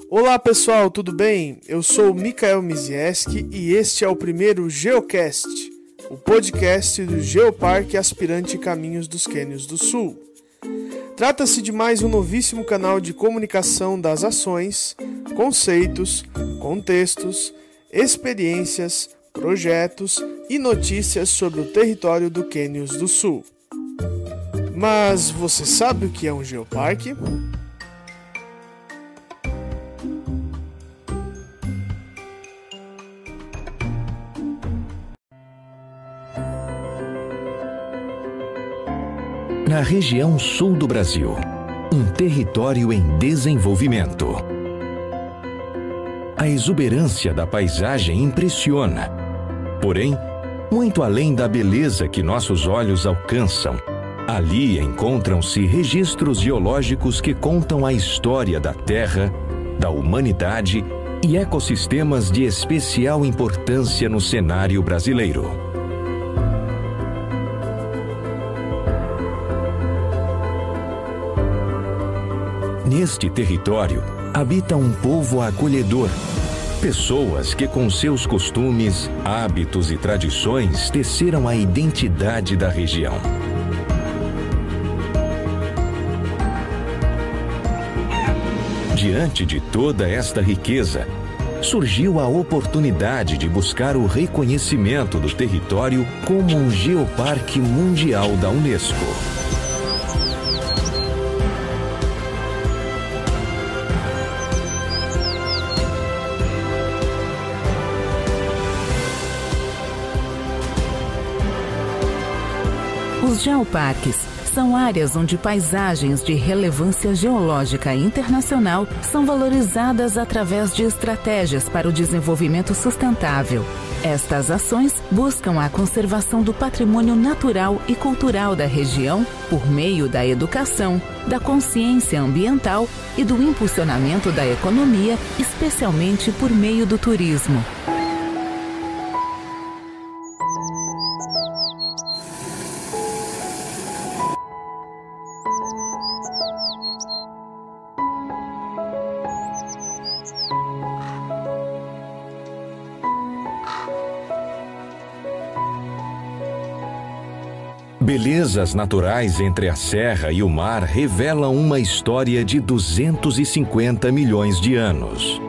Olá pessoal, tudo bem? Eu sou o Mikael Mizieski e este é o primeiro Geocast, o podcast do Geoparque Aspirante Caminhos dos Quênios do Sul. Trata-se de mais um novíssimo canal de comunicação das ações, conceitos, contextos, experiências, projetos e notícias sobre o território do Quênios do Sul. Mas você sabe o que é um geoparque? Na região sul do Brasil, um território em desenvolvimento. A exuberância da paisagem impressiona. Porém, muito além da beleza que nossos olhos alcançam, ali encontram-se registros geológicos que contam a história da Terra, da humanidade e ecossistemas de especial importância no cenário brasileiro. Neste território, habita um povo acolhedor. Pessoas que com seus costumes, hábitos e tradições teceram a identidade da região. Diante de toda esta riqueza, surgiu a oportunidade de buscar o reconhecimento do território como um Geoparque Mundial da Unesco. Os geoparques são áreas onde paisagens de relevância geológica internacional são valorizadas através de estratégias para o desenvolvimento sustentável. Estas ações buscam a conservação do patrimônio natural e cultural da região por meio da educação, da consciência ambiental e do impulsionamento da economia, especialmente por meio do turismo. Belezas naturais entre a serra e o mar revelam uma história de 250 milhões de anos.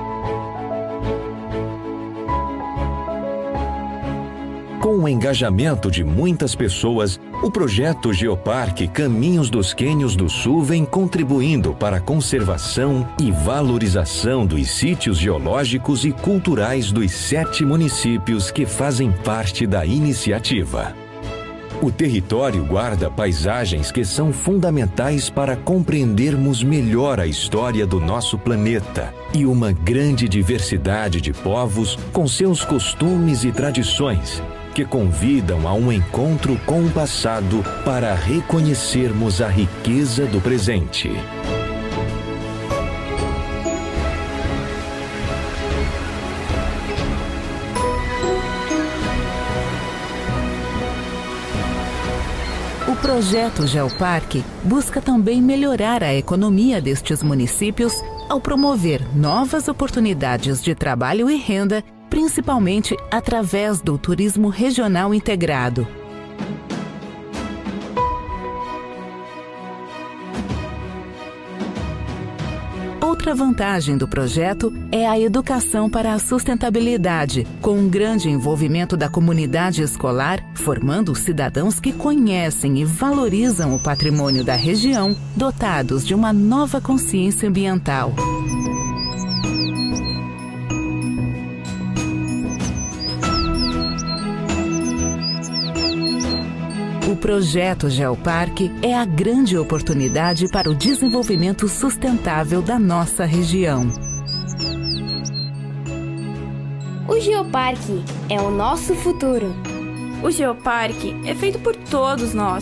Com o engajamento de muitas pessoas, o projeto Geoparque Caminhos dos Quênios do Sul vem contribuindo para a conservação e valorização dos sítios geológicos e culturais dos 7 municípios que fazem parte da iniciativa. O território guarda paisagens que são fundamentais para compreendermos melhor a história do nosso planeta e uma grande diversidade de povos com seus costumes e tradições que convidam a um encontro com o passado para reconhecermos a riqueza do presente. O projeto Geoparque busca também melhorar a economia destes municípios ao promover novas oportunidades de trabalho e renda, principalmente através do turismo regional integrado. Outra vantagem do projeto é a educação para a sustentabilidade, com um grande envolvimento da comunidade escolar, formando cidadãos que conhecem e valorizam o patrimônio da região, dotados de uma nova consciência ambiental. O projeto Geoparque é a grande oportunidade para o desenvolvimento sustentável da nossa região. O Geoparque é o nosso futuro. O Geoparque é feito por todos nós.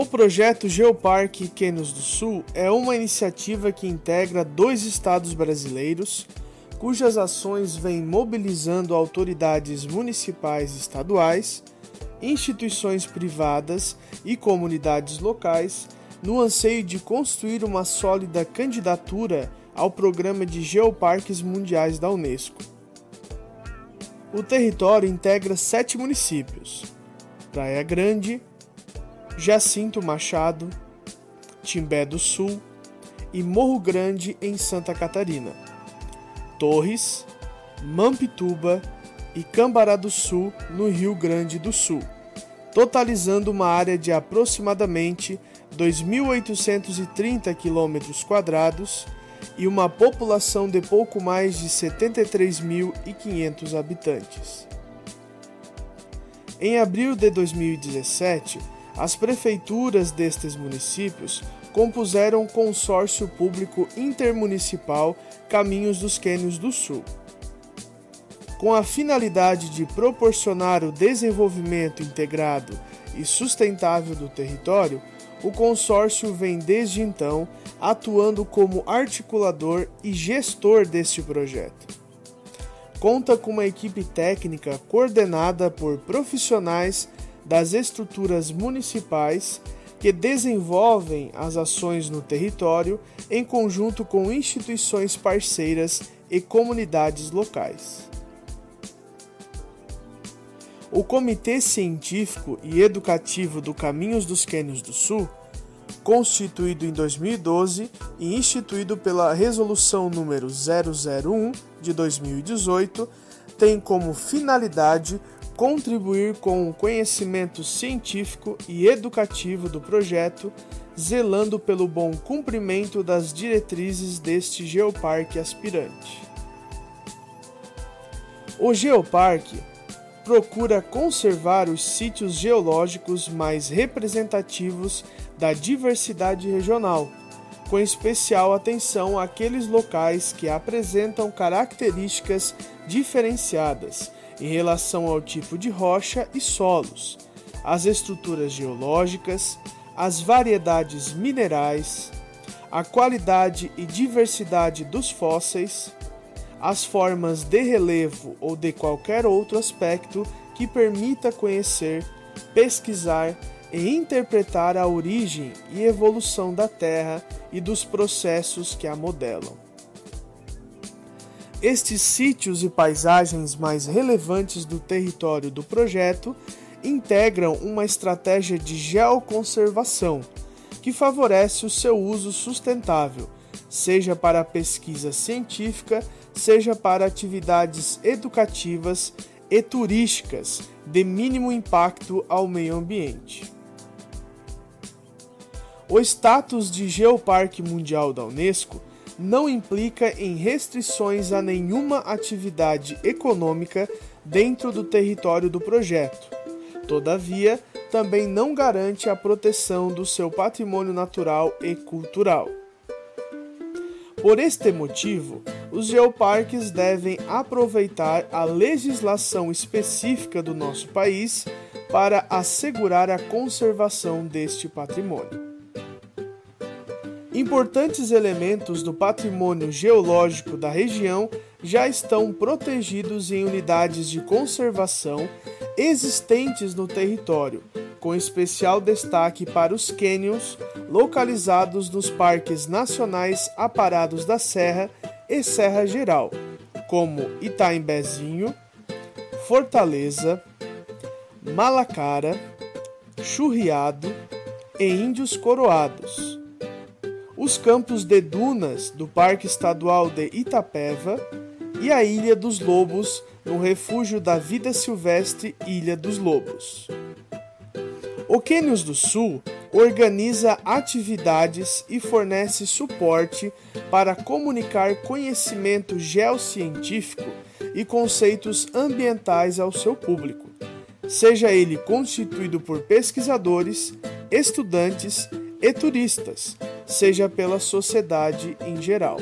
O projeto Geoparque Cânions do Sul é uma iniciativa que integra 2 estados brasileiros, cujas ações vêm mobilizando autoridades municipais e estaduais, instituições privadas e comunidades locais no anseio de construir uma sólida candidatura ao Programa de Geoparques Mundiais da Unesco. O território integra 7 municípios: Praia Grande, Jacinto Machado, Timbé do Sul e Morro Grande, em Santa Catarina, Torres, Mampituba e Cambará do Sul, no Rio Grande do Sul, totalizando uma área de aproximadamente 2.830 km² e uma população de pouco mais de 73.500 habitantes. Em abril de 2017, as prefeituras destes municípios compuseram um consórcio público intermunicipal Caminhos dos Cânions do Sul. Com a finalidade de proporcionar o desenvolvimento integrado e sustentável do território, o consórcio vem desde então atuando como articulador e gestor deste projeto. Conta com uma equipe técnica coordenada por profissionais das estruturas municipais que desenvolvem as ações no território em conjunto com instituições parceiras e comunidades locais. O Comitê Científico e Educativo do Caminhos dos Cânions do Sul, constituído em 2012 e instituído pela Resolução número 001 de 2018, tem como finalidade contribuir com o conhecimento científico e educativo do projeto, zelando pelo bom cumprimento das diretrizes deste geoparque aspirante. O geoparque procura conservar os sítios geológicos mais representativos da diversidade regional, com especial atenção àqueles locais que apresentam características diferenciadas em relação ao tipo de rocha e solos, às estruturas geológicas, às variedades minerais, à qualidade e diversidade dos fósseis, às formas de relevo ou de qualquer outro aspecto que permita conhecer, pesquisar e interpretar a origem e evolução da Terra e dos processos que a modelam. Estes sítios e paisagens mais relevantes do território do projeto integram uma estratégia de geoconservação que favorece o seu uso sustentável, seja para a pesquisa científica, seja para atividades educativas e turísticas de mínimo impacto ao meio ambiente. O status de Geoparque Mundial da Unesco não implica em restrições a nenhuma atividade econômica dentro do território do projeto. Todavia, também não garante a proteção do seu patrimônio natural e cultural. Por este motivo, os geoparques devem aproveitar a legislação específica do nosso país para assegurar a conservação deste patrimônio. Importantes elementos do patrimônio geológico da região já estão protegidos em unidades de conservação existentes no território, com especial destaque para os cânions localizados nos parques nacionais Aparados da Serra e Serra Geral, como Itaimbezinho, Fortaleza, Malacara, Churriado e Índios Coroados. Os campos de dunas do Parque Estadual de Itapeva e a Ilha dos Lobos, no Refúgio da Vida Silvestre Ilha dos Lobos. O Cânions do Sul organiza atividades e fornece suporte para comunicar conhecimento geocientífico e conceitos ambientais ao seu público, seja ele constituído por pesquisadores, estudantes e turistas, seja pela sociedade em geral.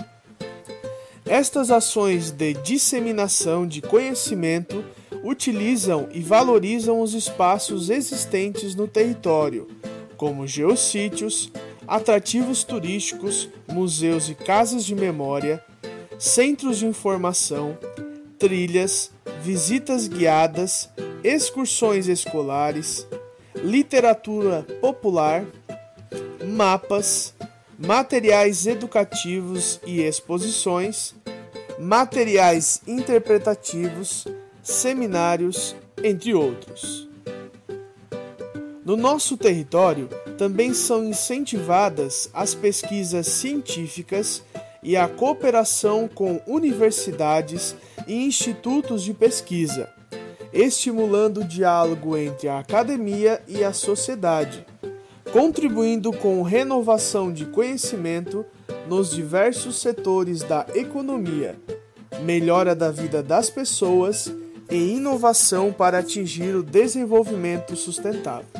Estas ações de disseminação de conhecimento utilizam e valorizam os espaços existentes no território, como geossítios, atrativos turísticos, museus e casas de memória, centros de informação, trilhas, visitas guiadas, excursões escolares, literatura popular, mapas, materiais educativos e exposições, materiais interpretativos, seminários, entre outros. No nosso território, também são incentivadas as pesquisas científicas e a cooperação com universidades e institutos de pesquisa, estimulando o diálogo entre a academia e a sociedade, contribuindo com renovação de conhecimento nos diversos setores da economia, melhora da vida das pessoas e inovação para atingir o desenvolvimento sustentável.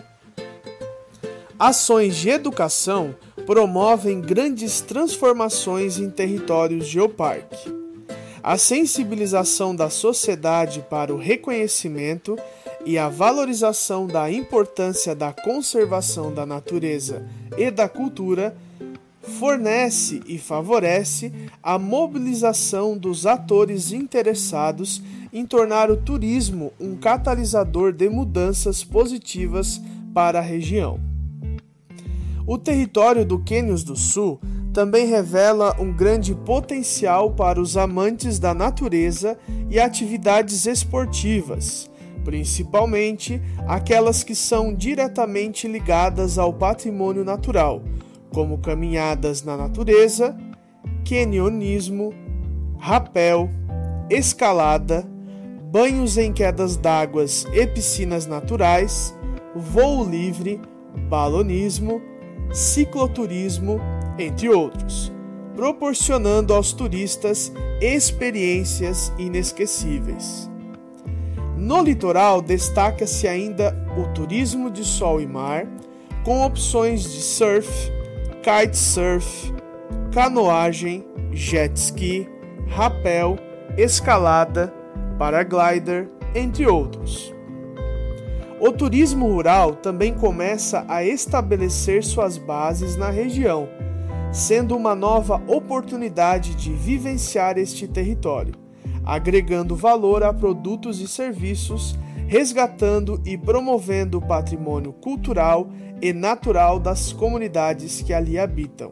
Ações de educação promovem grandes transformações em territórios geoparque. A sensibilização da sociedade para o reconhecimento e a valorização da importância da conservação da natureza e da cultura fornece e favorece a mobilização dos atores interessados em tornar o turismo um catalisador de mudanças positivas para a região. O território do Quênios do Sul também revela um grande potencial para os amantes da natureza e atividades esportivas, principalmente aquelas que são diretamente ligadas ao patrimônio natural, como caminhadas na natureza, canionismo, rapel, escalada, banhos em quedas d'água e piscinas naturais, voo livre, balonismo, cicloturismo, entre outros, proporcionando aos turistas experiências inesquecíveis. No litoral destaca-se ainda o turismo de sol e mar, com opções de surf, kitesurf, canoagem, jet ski, rapel, escalada, paraglider, entre outros. O turismo rural também começa a estabelecer suas bases na região, sendo uma nova oportunidade de vivenciar este território, agregando valor a produtos e serviços, resgatando e promovendo o patrimônio cultural e natural das comunidades que ali habitam.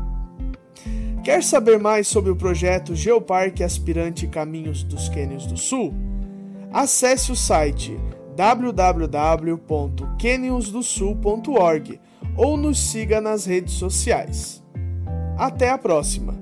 Quer saber mais sobre o projeto Geoparque Aspirante Caminhos dos Quênios do Sul? Acesse o site www.queniosdosul.org ou nos siga nas redes sociais. Até a próxima!